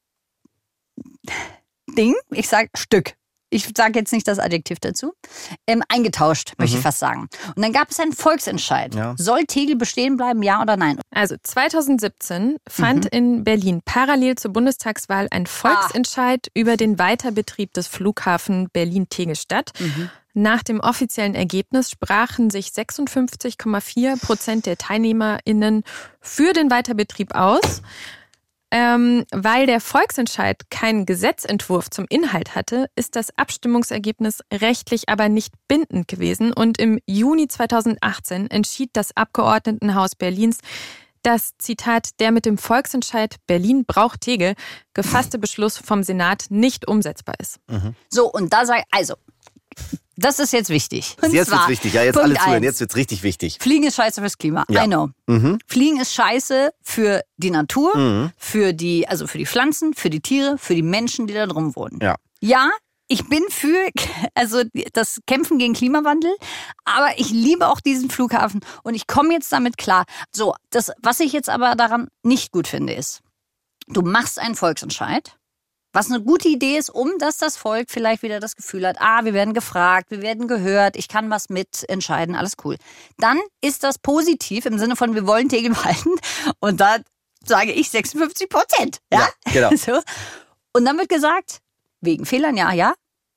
Ding, ich sag Stück, ich sage jetzt nicht das Adjektiv dazu, eingetauscht, möchte ich fast sagen. Und dann gab es einen Volksentscheid. Ja. Soll Tegel bestehen bleiben, ja oder nein? Also 2017 fand in Berlin parallel zur Bundestagswahl ein Volksentscheid über den Weiterbetrieb des Flughafen Berlin-Tegel statt. Nach dem offiziellen Ergebnis sprachen sich 56,4% der TeilnehmerInnen für den Weiterbetrieb aus. Weil der Volksentscheid keinen Gesetzentwurf zum Inhalt hatte, ist das Abstimmungsergebnis rechtlich aber nicht bindend gewesen. Und im Juni 2018 entschied das Abgeordnetenhaus Berlins, dass, Zitat, der mit dem Volksentscheid Berlin braucht Tegel gefasste Beschluss vom Senat nicht umsetzbar ist. So, und da sage ich, das ist jetzt wichtig. Und jetzt wird's wichtig, ja, jetzt Punkt alle zuhören, jetzt wird's richtig wichtig. Fliegen ist scheiße fürs Klima, I know. Fliegen ist scheiße für die Natur, für die Pflanzen, für die Tiere, für die Menschen, die da drum wohnen. Ja, ich bin für das Kämpfen gegen Klimawandel, aber ich liebe auch diesen Flughafen und ich komme jetzt damit klar. So, was ich jetzt aber daran nicht gut finde, ist, du machst einen Volksentscheid, was eine gute Idee ist, dass das Volk vielleicht wieder das Gefühl hat, wir werden gefragt, wir werden gehört, ich kann was mitentscheiden, alles cool. Dann ist das positiv im Sinne von, wir wollen Tegel behalten und da sage ich 56%. Ja, genau. So. Und dann wird gesagt, wegen Fehlern, ja.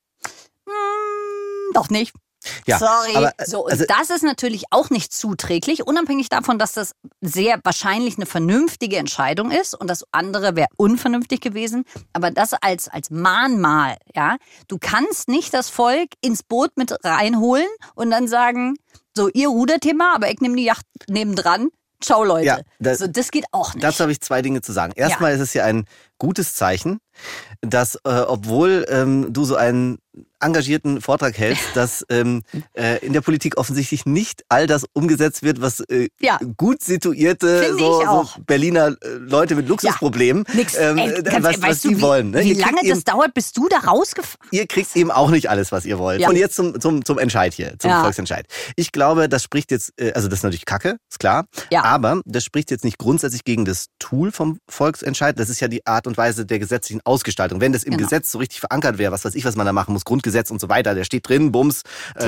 Doch nicht. Ja, sorry. Aber, und das ist natürlich auch nicht zuträglich, unabhängig davon, dass das sehr wahrscheinlich eine vernünftige Entscheidung ist und das andere wäre unvernünftig gewesen. Aber das als Mahnmal, ja. Du kannst nicht das Volk ins Boot mit reinholen und dann sagen, so, ihr Ruderthema, aber ich nehme die Yacht nebendran. Ciao, Leute. Ja, das geht auch nicht. Dazu habe ich 2 Dinge zu sagen. Erstmal ist es ja ein gutes Zeichen, dass, obwohl du so einen engagierten Vortrag hältst, dass in der Politik offensichtlich nicht all das umgesetzt wird, was gut situierte so Berliner Leute mit Luxusproblemen, was die wollen. Ne? Wie lange das dauert, bis du da rausgefahren bist? Ihr kriegt eben auch nicht alles, was ihr wollt. Ja. Und jetzt zum Entscheid hier, zum Volksentscheid. Ich glaube, das spricht jetzt, das ist natürlich Kacke, ist klar, aber das spricht jetzt nicht grundsätzlich gegen das Tool vom Volksentscheid. Das ist ja die Art und Weise der gesetzlichen Ausgestaltung. Wenn das im Gesetz so richtig verankert wäre, was weiß ich, was man da machen muss, Grundgesetz und so weiter, der steht drin, Bums.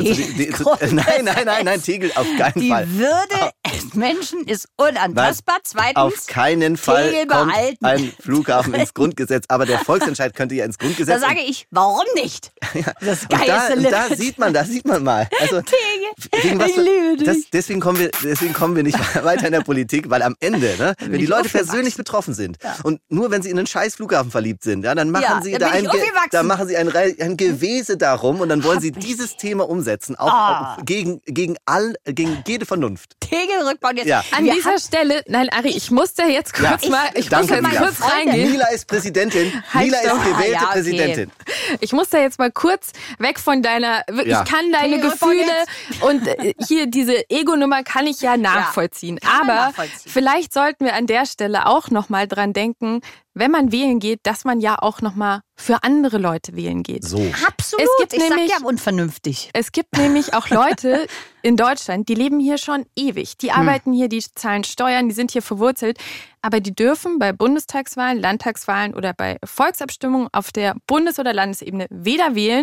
Nein, Tegel auf keinen Fall. Die Würde des Menschen ist unantastbar. Zweitens, auf keinen Fall kommt ein Flughafen ins Grundgesetz, aber der Volksentscheid könnte ja ins Grundgesetz. Da sage ich, warum nicht? Das geilste da sieht man mal. Also, Tegel, ich liebe dich. Deswegen kommen wir nicht weiter in der Politik, weil am Ende, ne, wenn die Leute persönlich betroffen sind und nur wenn sie in einen scheiß Flughafen verliebt sind, dann machen sie ein Gewese darum und dann wollen sie dieses Thema umsetzen, auch gegen jede Vernunft. Tegel-Rückbau jetzt. Ja. An dieser Stelle, nein, Ari, ich muss da jetzt kurz kurz reingehen. Mila ist Präsidentin. Mila ist gewählte Präsidentin. Ich muss da jetzt mal kurz weg von deiner, ich kann deine Gefühle und hier diese Ego-Nummer kann ich ja nachvollziehen. Aber vielleicht sollten wir an der Stelle auch nochmal dran denken, wenn man wählen geht, dass man ja auch nochmal für andere Leute wählen geht. So. Absolut, ich sag ja unvernünftig. Es gibt nämlich auch Leute in Deutschland, die leben hier schon ewig. Die arbeiten hier, die zahlen Steuern, die sind hier verwurzelt. Aber die dürfen bei Bundestagswahlen, Landtagswahlen oder bei Volksabstimmungen auf der Bundes- oder Landesebene weder wählen,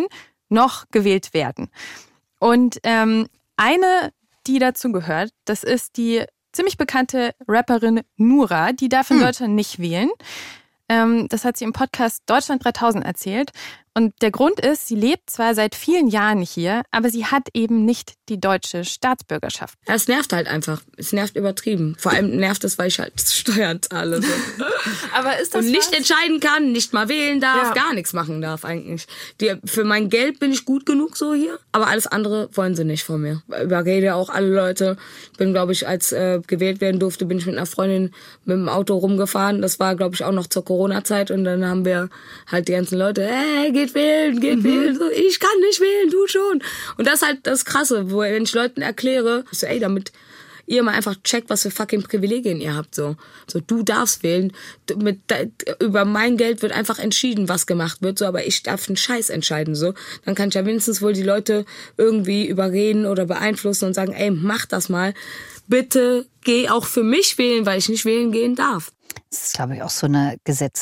noch gewählt werden. Und eine, die dazu gehört, das ist die ziemlich bekannte Rapperin Nura, die darf in Deutschland nicht wählen. Das hat sie im Podcast Deutschland 3000 erzählt. Und der Grund ist, sie lebt zwar seit vielen Jahren hier, aber sie hat eben nicht die deutsche Staatsbürgerschaft. Ja, es nervt halt einfach. Es nervt übertrieben. Vor allem nervt es, weil ich halt Steuern zahle. So. Aber ist das und nicht entscheiden kann, nicht mal wählen darf, gar nichts machen darf eigentlich. Für mein Geld bin ich gut genug so hier, aber alles andere wollen sie nicht von mir. Überrede auch alle Leute. Bin, glaube ich, als gewählt werden durfte, bin ich mit einer Freundin mit dem Auto rumgefahren. Das war, glaube ich, auch noch zur Corona-Zeit. Und dann haben wir halt die ganzen Leute, hey, geht wählen. So, ich kann nicht wählen, du schon. Und das ist halt das Krasse, wenn ich Leuten erkläre, so, ey, damit ihr mal einfach checkt, was für fucking Privilegien ihr habt. So du darfst wählen. Über mein Geld wird einfach entschieden, was gemacht wird. So, aber ich darf einen Scheiß entscheiden. So, dann kann ich ja wenigstens wohl die Leute irgendwie überreden oder beeinflussen und sagen, ey, mach das mal. Bitte geh auch für mich wählen, weil ich nicht wählen gehen darf. Das ist, glaube ich, auch so ein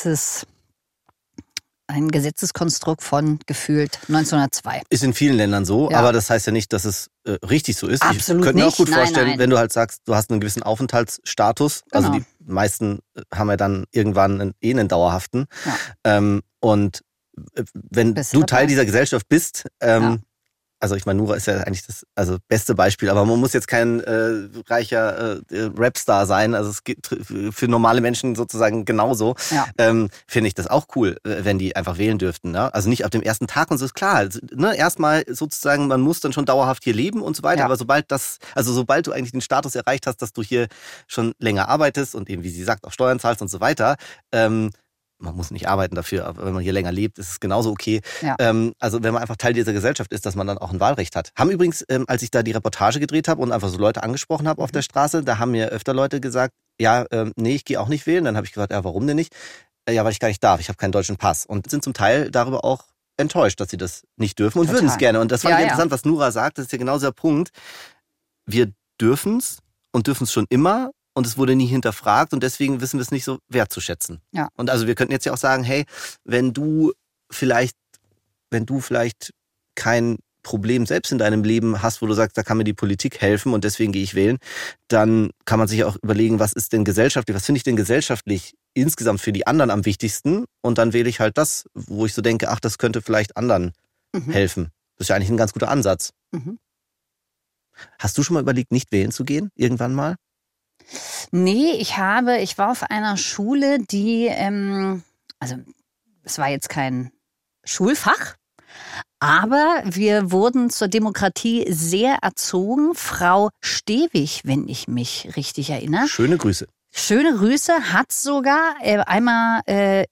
Gesetzeskonstrukt von gefühlt 1902. Ist in vielen Ländern so, aber das heißt ja nicht, dass es richtig so ist. Absolut ich könnte mir auch gut vorstellen, nein. wenn du halt sagst, du hast einen gewissen Aufenthaltsstatus, also die meisten haben ja dann irgendwann einen dauerhaften. Ja. Und wenn du Teil dieser Gesellschaft bist, also ich meine, Nura ist ja eigentlich das beste Beispiel, aber man muss jetzt kein reicher Rapstar sein, also es geht für normale Menschen sozusagen genauso. Ja. Finde ich das auch cool, wenn die einfach wählen dürften. Ne? Also nicht ab dem ersten Tag und so ist klar. Ne? Erstmal sozusagen, man muss dann schon dauerhaft hier leben und so weiter, aber sobald du eigentlich den Status erreicht hast, dass du hier schon länger arbeitest und eben, wie sie sagt, auch Steuern zahlst und so weiter, man muss nicht arbeiten dafür, aber wenn man hier länger lebt, ist es genauso okay. Ja. Also wenn man einfach Teil dieser Gesellschaft ist, dass man dann auch ein Wahlrecht hat. Haben übrigens, als ich da die Reportage gedreht habe und einfach so Leute angesprochen habe auf der Straße, da haben mir öfter Leute gesagt, nee, ich gehe auch nicht wählen. Dann habe ich gesagt, warum denn nicht? Ja, weil ich gar nicht darf, ich habe keinen deutschen Pass. Und sind zum Teil darüber auch enttäuscht, dass sie das nicht dürfen und würden es gerne. Und das fand ich interessant, was Nura sagt, das ist ja genau dieser Punkt. Wir dürfen es und dürfen es schon immer. Und es wurde nie hinterfragt und deswegen wissen wir es nicht so wertzuschätzen. Ja. Und also wir könnten jetzt ja auch sagen, hey, wenn du vielleicht kein Problem selbst in deinem Leben hast, wo du sagst, da kann mir die Politik helfen und deswegen gehe ich wählen, dann kann man sich auch überlegen, was ist denn gesellschaftlich, was finde ich denn gesellschaftlich insgesamt für die anderen am wichtigsten und dann wähle ich halt das, wo ich so denke, ach, das könnte vielleicht anderen helfen. Das ist ja eigentlich ein ganz guter Ansatz. Mhm. Hast du schon mal überlegt, nicht wählen zu gehen, irgendwann mal? Nee, ich war auf einer Schule, die, es war jetzt kein Schulfach, aber wir wurden zur Demokratie sehr erzogen. Frau Stewig, wenn ich mich richtig erinnere. Schöne Grüße. Schöne Grüße, hat sogar einmal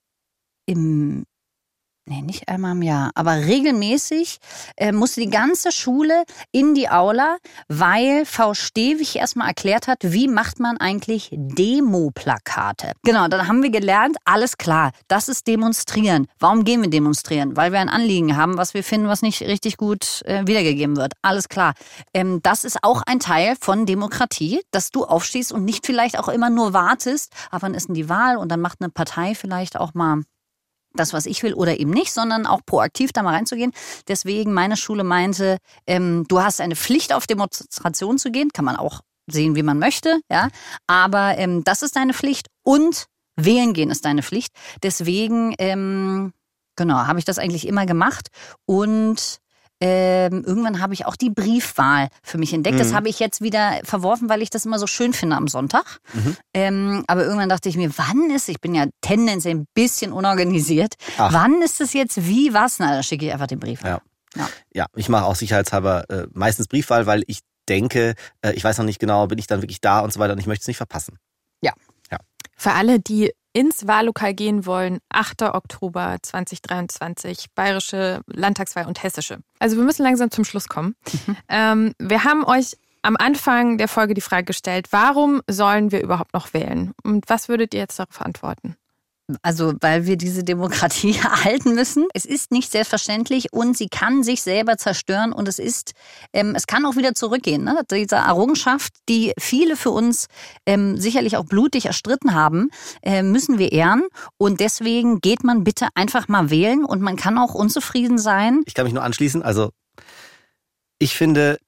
nicht einmal im Jahr, aber regelmäßig musste die ganze Schule in die Aula, weil Frau Stewig erstmal erklärt hat, wie macht man eigentlich Demoplakate. Genau, dann haben wir gelernt, alles klar, das ist Demonstrieren. Warum gehen wir demonstrieren? Weil wir ein Anliegen haben, was wir finden, was nicht richtig gut wiedergegeben wird. Alles klar. Das ist auch ein Teil von Demokratie, dass du aufstehst und nicht vielleicht auch immer nur wartest, aber wann ist denn die Wahl und dann macht eine Partei vielleicht auch mal das, was ich will oder eben nicht, sondern auch proaktiv da mal reinzugehen. Deswegen meine Schule meinte, du hast eine Pflicht, auf Demonstration zu gehen, kann man auch sehen, wie man möchte, ja. Aber das ist deine Pflicht und wählen gehen ist deine Pflicht. Deswegen, habe ich das eigentlich immer gemacht und irgendwann habe ich auch die Briefwahl für mich entdeckt. Das habe ich jetzt wieder verworfen, weil ich das immer so schön finde am Sonntag. Aber irgendwann dachte ich mir, ich bin ja tendenziell ein bisschen unorganisiert. Wann ist es jetzt wie, was? Na, da schicke ich einfach den Brief. Ja, ich mache auch sicherheitshalber meistens Briefwahl, weil ich denke, ich weiß noch nicht genau, bin ich dann wirklich da und so weiter und ich möchte es nicht verpassen. Ja. Für alle, die ins Wahllokal gehen wollen, 8. Oktober 2023, bayerische Landtagswahl und hessische. Also wir müssen langsam zum Schluss kommen. Wir haben euch am Anfang der Folge die Frage gestellt, warum sollen wir überhaupt noch wählen? Und was würdet ihr jetzt darauf antworten? Also, weil wir diese Demokratie erhalten müssen. Es ist nicht selbstverständlich und sie kann sich selber zerstören und es kann auch wieder zurückgehen. Ne? Diese Errungenschaft, die viele für uns sicherlich auch blutig erstritten haben, müssen wir ehren und deswegen geht man bitte einfach mal wählen und man kann auch unzufrieden sein. Ich kann mich nur anschließen. Also, ich finde,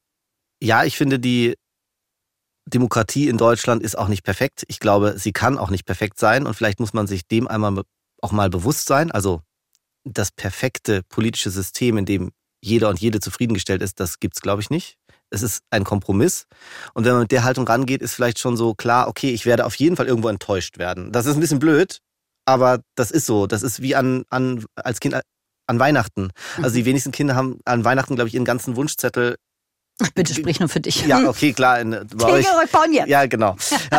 die Demokratie in Deutschland ist auch nicht perfekt. Ich glaube, sie kann auch nicht perfekt sein und vielleicht muss man sich dem einmal auch mal bewusst sein. Also das perfekte politische System, in dem jeder und jede zufriedengestellt ist, das gibt's, glaube ich, nicht. Es ist ein Kompromiss und wenn man mit der Haltung rangeht, ist vielleicht schon so klar, okay, ich werde auf jeden Fall irgendwo enttäuscht werden. Das ist ein bisschen blöd, aber das ist so. Das ist wie als Kind an Weihnachten. Also die wenigsten Kinder haben an Weihnachten, glaube ich, ihren ganzen Wunschzettel. Bitte sprich nur für dich. Ja, okay, klar. Bei euch. Ja, genau.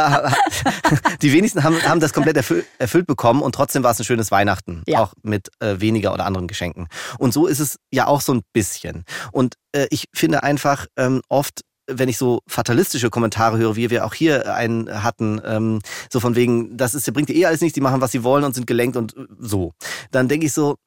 Die wenigsten haben das komplett erfüllt bekommen und trotzdem war es ein schönes Weihnachten. Ja. Auch mit weniger oder anderen Geschenken. Und so ist es ja auch so ein bisschen. Und ich finde einfach oft, wenn ich so fatalistische Kommentare höre, wie wir auch hier einen hatten, so von wegen, bringt dir alles nichts, die machen, was sie wollen und sind gelenkt und so. Dann denke ich so,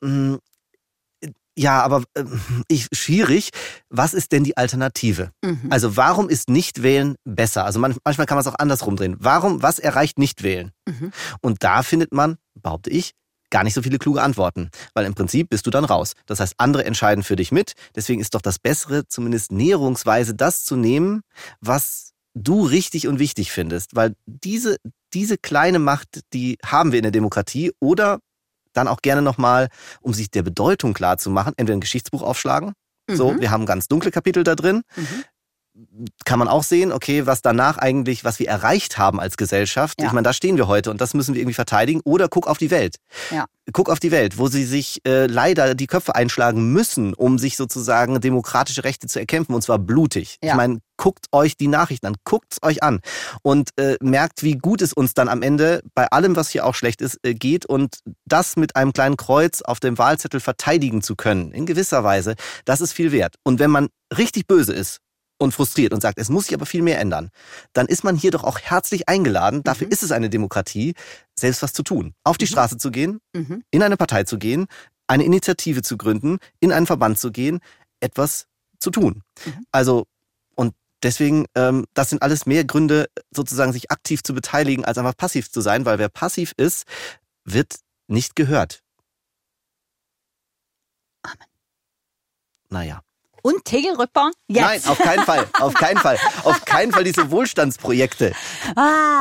ja, aber schwierig. Was ist denn die Alternative? Also warum ist Nichtwählen besser? Also manchmal kann man es auch andersrum drehen. Was erreicht Nichtwählen? Und da findet man, behaupte ich, gar nicht so viele kluge Antworten. Weil im Prinzip bist du dann raus. Das heißt, andere entscheiden für dich mit. Deswegen ist doch das Bessere, zumindest näherungsweise das zu nehmen, was du richtig und wichtig findest. Weil diese kleine Macht, die haben wir in der Demokratie oder dann auch gerne nochmal, um sich der Bedeutung klar zu machen, entweder ein Geschichtsbuch aufschlagen. So, wir haben ganz dunkle Kapitel da drin. Kann man auch sehen, okay, was wir erreicht haben als Gesellschaft. Ja. Ich meine, da stehen wir heute und das müssen wir irgendwie verteidigen. Oder guck auf die Welt. Ja. Guck auf die Welt, wo sie sich leider die Köpfe einschlagen müssen, um sich sozusagen demokratische Rechte zu erkämpfen und zwar blutig. Ja. Ich meine, guckt euch die Nachrichten an, guckt es euch an und merkt, wie gut es uns dann am Ende bei allem, was hier auch schlecht ist, geht und das mit einem kleinen Kreuz auf dem Wahlzettel verteidigen zu können, in gewisser Weise, das ist viel wert. Und wenn man richtig böse ist, und frustriert und sagt, es muss sich aber viel mehr ändern, dann ist man hier doch auch herzlich eingeladen, dafür ist es eine Demokratie, selbst was zu tun. Auf die Straße zu gehen, in eine Partei zu gehen, eine Initiative zu gründen, in einen Verband zu gehen, etwas zu tun. Also, und deswegen, das sind alles mehr Gründe, sozusagen sich aktiv zu beteiligen, als einfach passiv zu sein, weil wer passiv ist, wird nicht gehört. Amen. Naja. Und Tegel Rückbau? Jetzt. Nein, auf keinen Fall. Auf keinen Fall. Auf keinen Fall diese Wohlstandsprojekte. It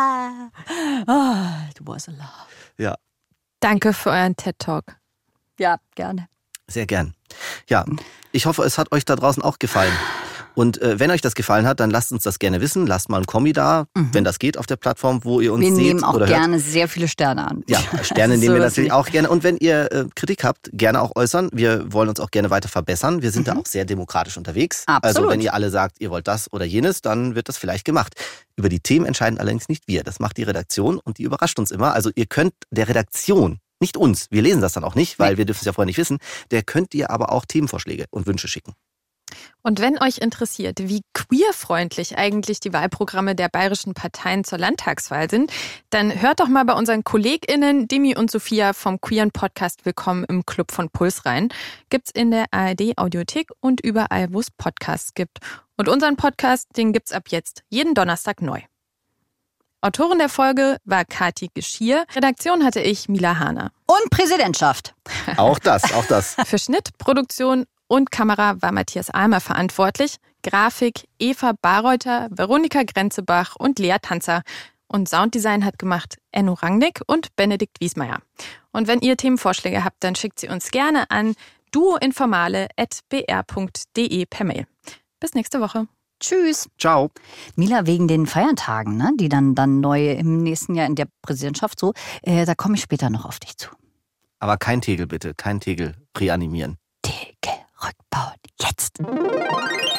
was a love. Ja. Danke für euren TED-Talk. Ja, gerne. Sehr gern. Ja, ich hoffe, es hat euch da draußen auch gefallen. Und wenn euch das gefallen hat, dann lasst uns das gerne wissen. Lasst mal ein Kommi da, wenn das geht, auf der Plattform, wo ihr uns seht. Wir nehmen auch oder gerne hört. sehr viele Sterne an. Ja, Sterne nehmen wir natürlich auch gerne. Und wenn ihr Kritik habt, gerne auch äußern. Wir wollen uns auch gerne weiter verbessern. Wir sind da auch sehr demokratisch unterwegs. Absolut. Also wenn ihr alle sagt, ihr wollt das oder jenes, dann wird das vielleicht gemacht. Über die Themen entscheiden allerdings nicht wir. Das macht die Redaktion und die überrascht uns immer. Also ihr könnt der Redaktion, nicht uns, wir lesen das dann auch nicht, weil wir dürfen es ja vorher nicht wissen, der könnt ihr aber auch Themenvorschläge und Wünsche schicken. Und wenn euch interessiert, wie queerfreundlich eigentlich die Wahlprogramme der bayerischen Parteien zur Landtagswahl sind, dann hört doch mal bei unseren KollegInnen Demi und Sophia vom queeren Podcast Willkommen im Club von Puls rein. Gibt's in der ARD-Audiothek und überall, wo es Podcasts gibt. Und unseren Podcast, den gibt's ab jetzt jeden Donnerstag neu. Autorin der Folge war Kathi Geschier. Redaktion hatte ich, Mila Hahner. Und Präsidentschaft. Auch das. Für Schnitt, Produktion und Kamera war Matthias Almer verantwortlich. Grafik Eva Barreuter, Veronika Grenzebach und Lea Tanzer. Und Sounddesign hat gemacht Enno Rangnick und Benedikt Wiesmeier. Und wenn ihr Themenvorschläge habt, dann schickt sie uns gerne an duoinformale@br.de per Mail. Bis nächste Woche. Tschüss. Ciao. Mila, wegen den Feiertagen, ne, die dann neu im nächsten Jahr in der Präsidentschaft da komme ich später noch auf dich zu. Aber kein Tegel bitte, kein Tegel reanimieren. Tegel rückbauen, jetzt.